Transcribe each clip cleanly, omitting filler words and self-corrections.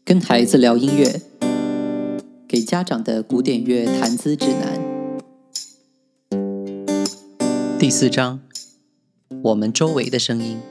跟孩子聊音乐，给家长的古典乐谈资指南。第4章，我们周围的声音。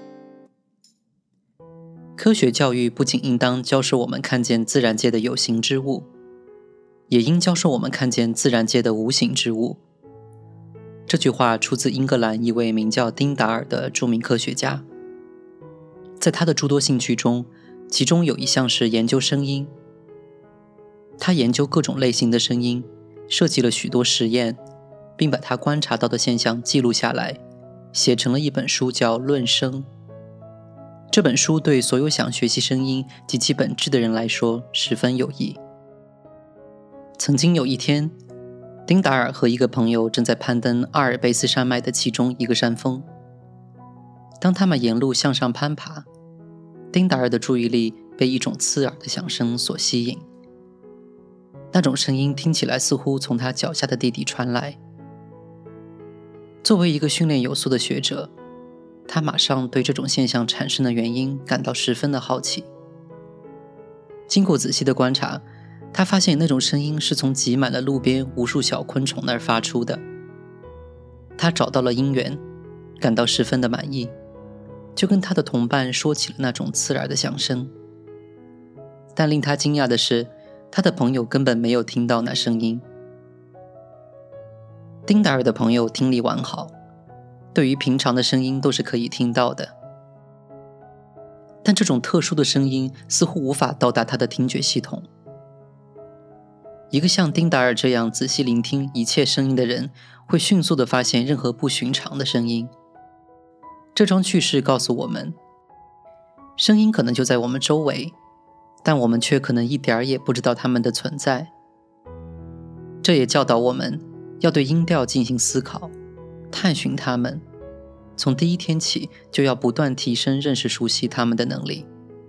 科学教育不仅应当教授我们看见自然界的有形之物，也应教授我们看见自然界的无形之物。这句话出自英格兰一位名叫丁达尔的著名科学家。在他的诸多兴趣中，其中有一项是研究声音。他研究各种类型的声音，设计了许多实验，并把他观察到的现象记录下来，写成了一本书叫《论声》。这本书对所有想学习声音及其本质的人来说十分有益。曾经有一天，丁达尔和一个朋友正在攀登阿尔卑斯山脉的其中一个山峰。当他们沿路向上攀爬，丁达尔的注意力被一种刺耳的响声所吸引。那种声音听起来似乎从他脚下的地底传来。作为一个训练有素的学者，他马上对这种现象产生的原因感到十分的好奇。经过仔细的观察，他发现那种声音是从挤满了路边无数小昆虫那儿发出的。他找到了因源，感到十分的满意，就跟他的同伴说起了那种刺耳的响声。但令他惊讶的是，他的朋友根本没有听到那声音。丁达尔的朋友听力完好，对于平常的声音都是可以听到的，但这种特殊的声音似乎无法到达他的听觉系统。一个像丁达尔这样仔细聆听一切声音的人，会迅速地发现任何不寻常的声音。这桩趣事告诉我们，声音可能就在我们周围，但我们却可能一点儿也不知道它们的存在。这也教导我们要对音调进行思考，探寻它们，从第一天起就要不断提升认识熟悉它们的能力。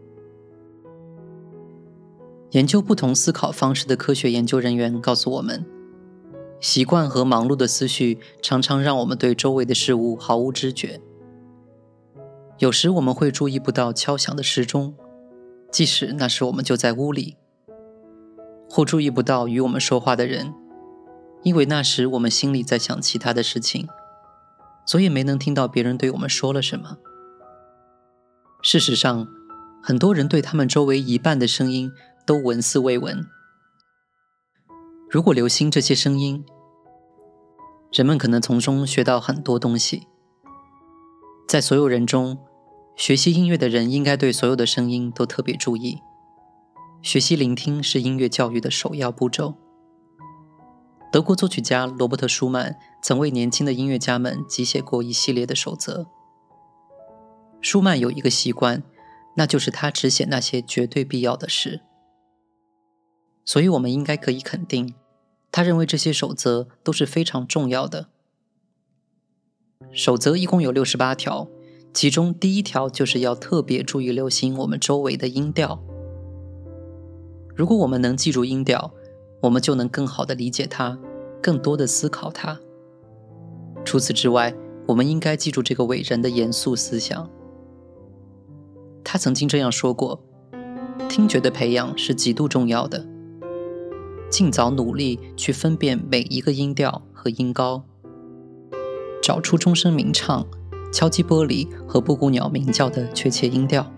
研究不同思考方式的科学研究人员告诉我们，习惯和忙碌的思绪常常让我们对周围的事物毫无知觉。有时我们会注意不到敲响的时钟，即使那时我们就在屋里，或注意不到与我们说话的人，因为那时我们心里在想其他的事情，所以没能听到别人对我们说了什么。事实上，很多人对他们周围一半的声音都闻似未闻。如果留心这些声音，人们可能从中学到很多东西。在所有人中，学习音乐的人应该对所有的声音都特别注意。学习聆听是音乐教育的首要步骤。德国作曲家罗伯特·舒曼曾为年轻的音乐家们辑写过一系列的守则。舒曼有一个习惯，那就是他只写那些绝对必要的事。所以我们应该可以肯定，他认为这些守则都是非常重要的。守则一共有68条，其中第1条就是要特别注意留心我们周围的音调。如果我们能记住音调，我们就能更好地理解它，更多地思考它。除此之外，我们应该记住这个伟人的严肃思想。他曾经这样说过，听觉的培养是极度重要的，尽早努力去分辨每一个音调和音高，找出钟声鸣唱、敲击玻璃和布谷鸟鸣叫的确切音调。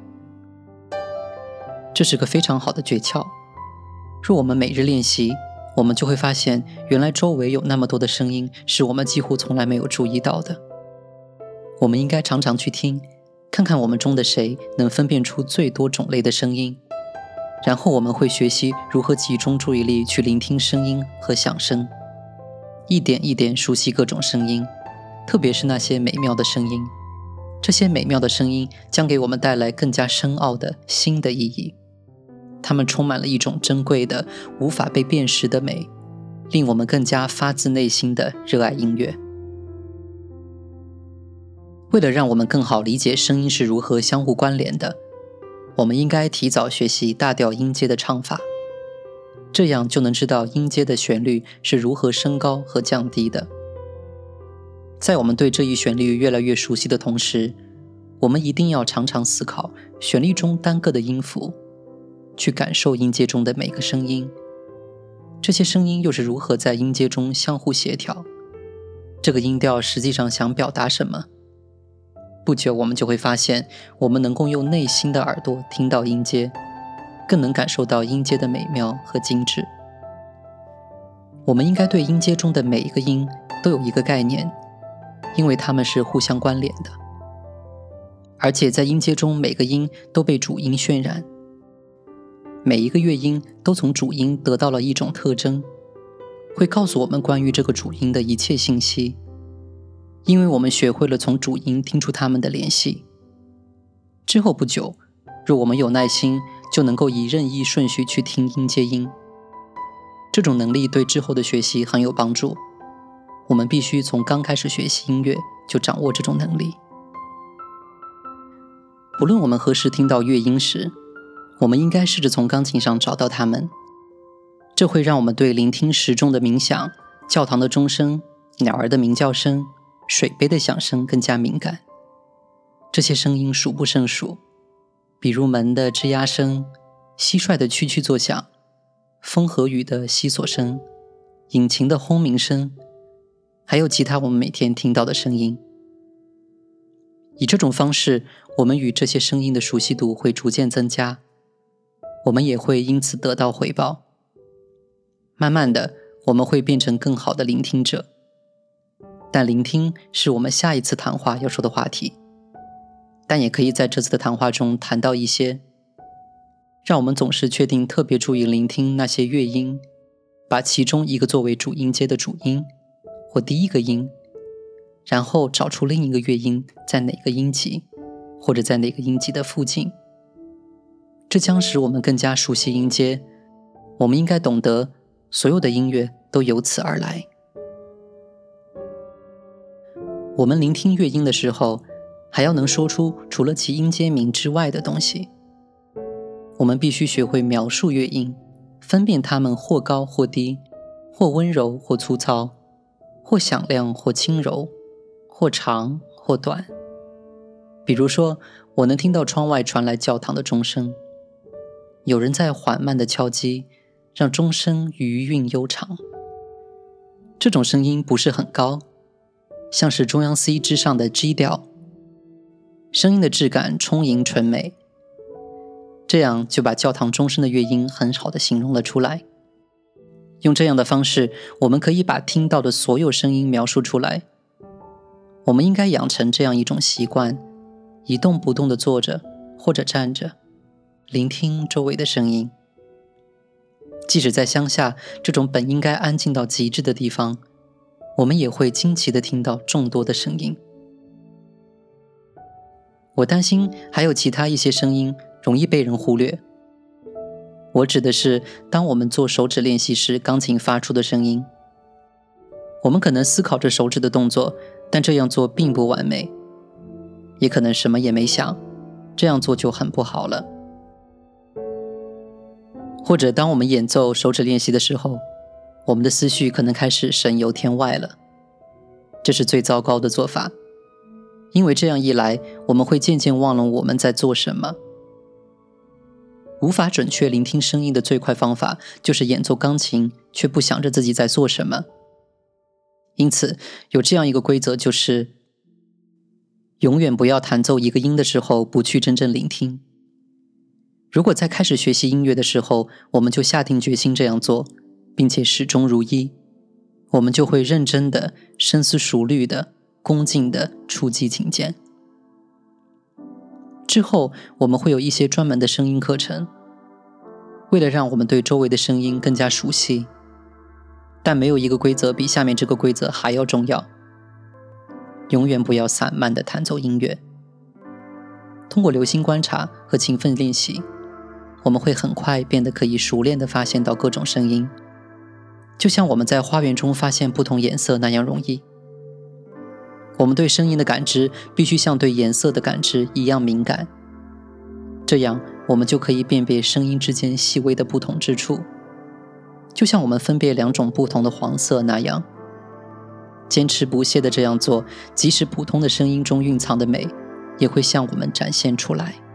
这是个非常好的诀窍。若我们每日练习，我们就会发现原来周围有那么多的声音是我们几乎从来没有注意到的。我们应该常常去听，看看我们中的谁能分辨出最多种类的声音，然后我们会学习如何集中注意力去聆听声音和响声，一点一点熟悉各种声音，特别是那些美妙的声音。这些美妙的声音将给我们带来更加深奥的新的意义。它们充满了一种珍贵的、无法被辨识的美，令我们更加发自内心地热爱音乐。为了让我们更好理解声音是如何相互关联的，我们应该提早学习大调音阶的唱法，这样就能知道音阶的旋律是如何升高和降低的。在我们对这一旋律越来越熟悉的同时，我们一定要常常思考旋律中单个的音符， 去感受音阶中的每个声音，这些声音又是如何在音阶中相互协调，这个音调实际上想表达什么。不久我们就会发现，我们能够用内心的耳朵听到音阶，更能感受到音阶的美妙和精致。我们应该对音阶中的每一个音都有一个概念，因为它们是互相关联的，而且在音阶中每个音都被主音渲染，每一个乐音都从主音得到了一种特征，会告诉我们关于这个主音的一切信息，因为我们学会了从主音听出它们的联系。之后不久，若我们有耐心，就能够以任意顺序去听音阶音。这种能力对之后的学习很有帮助，我们必须从刚开始学习音乐就掌握这种能力。不论我们何时听到乐音时，我们应该试着从钢琴上找到它们，这会让我们对聆听时钟的鸣响、教堂的钟声、鸟儿的鸣叫声、水杯的响声更加敏感。这些声音数不胜数，比如门的吱呀声、蟋蟀的蛐蛐作响、风和雨的悉索声、引擎的轰鸣声，还有其他我们每天听到的声音。以这种方式，我们与这些声音的熟悉度会逐渐增加，我们也会因此得到回报。慢慢的，我们会变成更好的聆听者。但聆听是我们下一次谈话要说的话题，但也可以在这次的谈话中谈到一些让我们总是确定特别注意聆听那些乐音，把其中一个作为主音阶的主音或第一个音，然后找出另一个乐音在哪个音级，或者在哪个音级的附近。这将使我们更加熟悉音阶，我们应该懂得所有的音乐都由此而来。我们聆听乐音的时候，还要能说出除了其音阶名之外的东西。我们必须学会描述乐音，分辨它们或高或低，或温柔或粗糙，或响亮或轻柔，或长或短。比如说，我能听到窗外传来教堂的钟声，有人在缓慢地敲击，让钟声余韵悠长。这种声音不是很高，像是中央 C 之上的 G 调，声音的质感充盈纯美。这样就把教堂钟声的乐音很好地形容了出来。用这样的方式，我们可以把听到的所有声音描述出来。我们应该养成这样一种习惯，一动不动地坐着或者站着，聆听周围的声音。即使在乡下这种本应该安静到极致的地方，我们也会惊奇地听到众多的声音。我担心还有其他一些声音容易被人忽略。我指的是当我们做手指练习时钢琴发出的声音。我们可能思考着手指的动作，但这样做并不完美，也可能什么也没想，这样做就很不好了。或者当我们演奏手指练习的时候，我们的思绪可能开始神游天外了。这是最糟糕的做法，因为这样一来，我们会渐渐忘了我们在做什么。无法准确聆听声音的最快方法，就是演奏钢琴，却不想着自己在做什么。因此，有这样一个规则，就是永远不要弹奏一个音的时候，不去真正聆听。如果在开始学习音乐的时候，我们就下定决心这样做，并且始终如一，我们就会认真的、深思熟虑的、恭敬的触击琴键。之后，我们会有一些专门的声音课程，为了让我们对周围的声音更加熟悉。但没有一个规则比下面这个规则还要重要：永远不要散漫地弹奏音乐。通过留心观察和勤奋练习，我们会很快变得可以熟练地发现到各种声音，就像我们在花园中发现不同颜色那样容易。我们对声音的感知必须像对颜色的感知一样敏感，这样我们就可以辨别声音之间细微的不同之处，就像我们分别两种不同的黄色那样。坚持不懈地这样做，即使普通的声音中蕴藏的美，也会向我们展现出来。